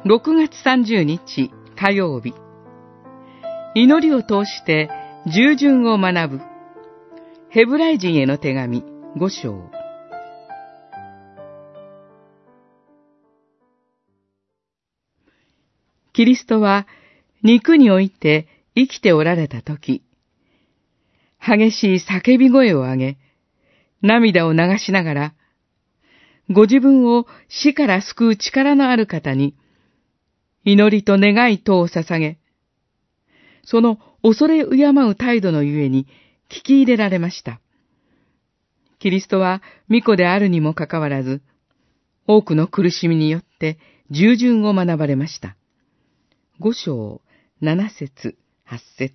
6月30日火曜日、祈りを通して従順を学ぶヘブライ人への手紙5章。キリストは肉において生きておられたとき、激しい叫び声を上げ、涙を流しながら、ご自分を死から救う力のある方に、祈りと願いとを捧げ、その恐れ敬う態度のゆえに聞き入れられました。キリストは御子であるにもかかわらず、多くの苦しみによって従順を学ばれました。5章7節8節。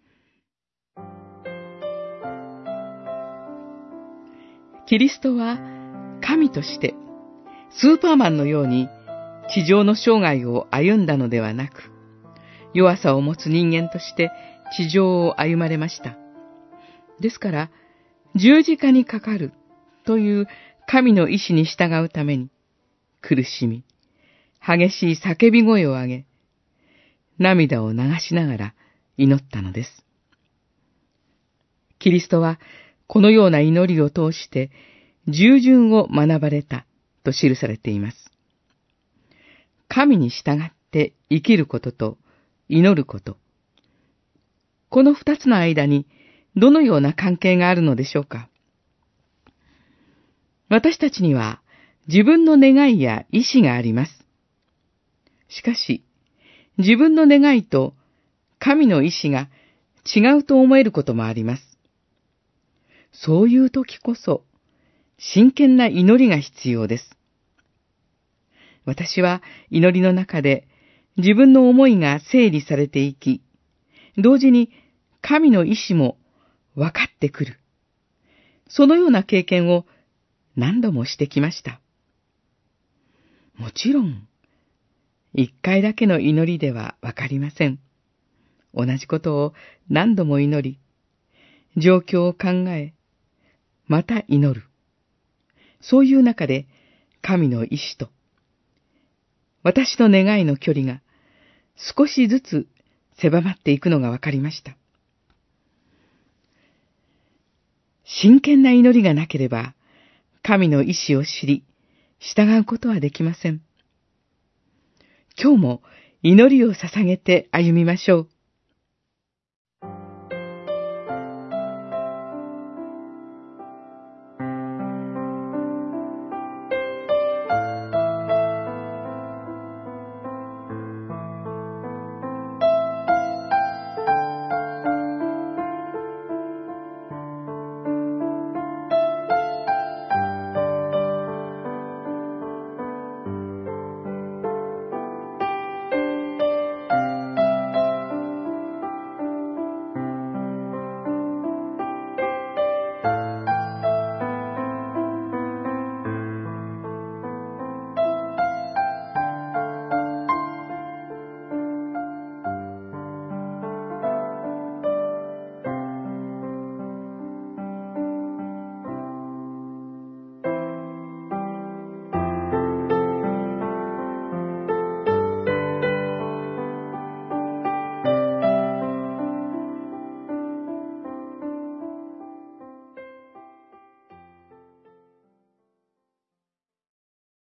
キリストは神としてスーパーマンのように地上の生涯を歩んだのではなく、弱さを持つ人間として地上を歩まれました。ですから、十字架にかかるという神の意志に従うために、苦しみ、激しい叫び声を上げ、涙を流しながら祈ったのです。キリストはこのような祈りを通して従順を学ばれたと記されています。神に従って生きることと祈ること。この二つの間にどのような関係があるのでしょうか。私たちには自分の願いや意志があります。しかし、自分の願いと神の意志が違うと思えることもあります。そういう時こそ、真剣な祈りが必要です。私は祈りの中で自分の思いが整理されていき、同時に神の意志も分かってくる。そのような経験を何度もしてきました。もちろん、一回だけの祈りではわかりません。同じことを何度も祈り、状況を考え、また祈る。そういう中で神の意志と私の願いの距離が少しずつ狭まっていくのがわかりました。真剣な祈りがなければ神の意志を知り、従うことはできません。今日も祈りを捧げて歩みましょう。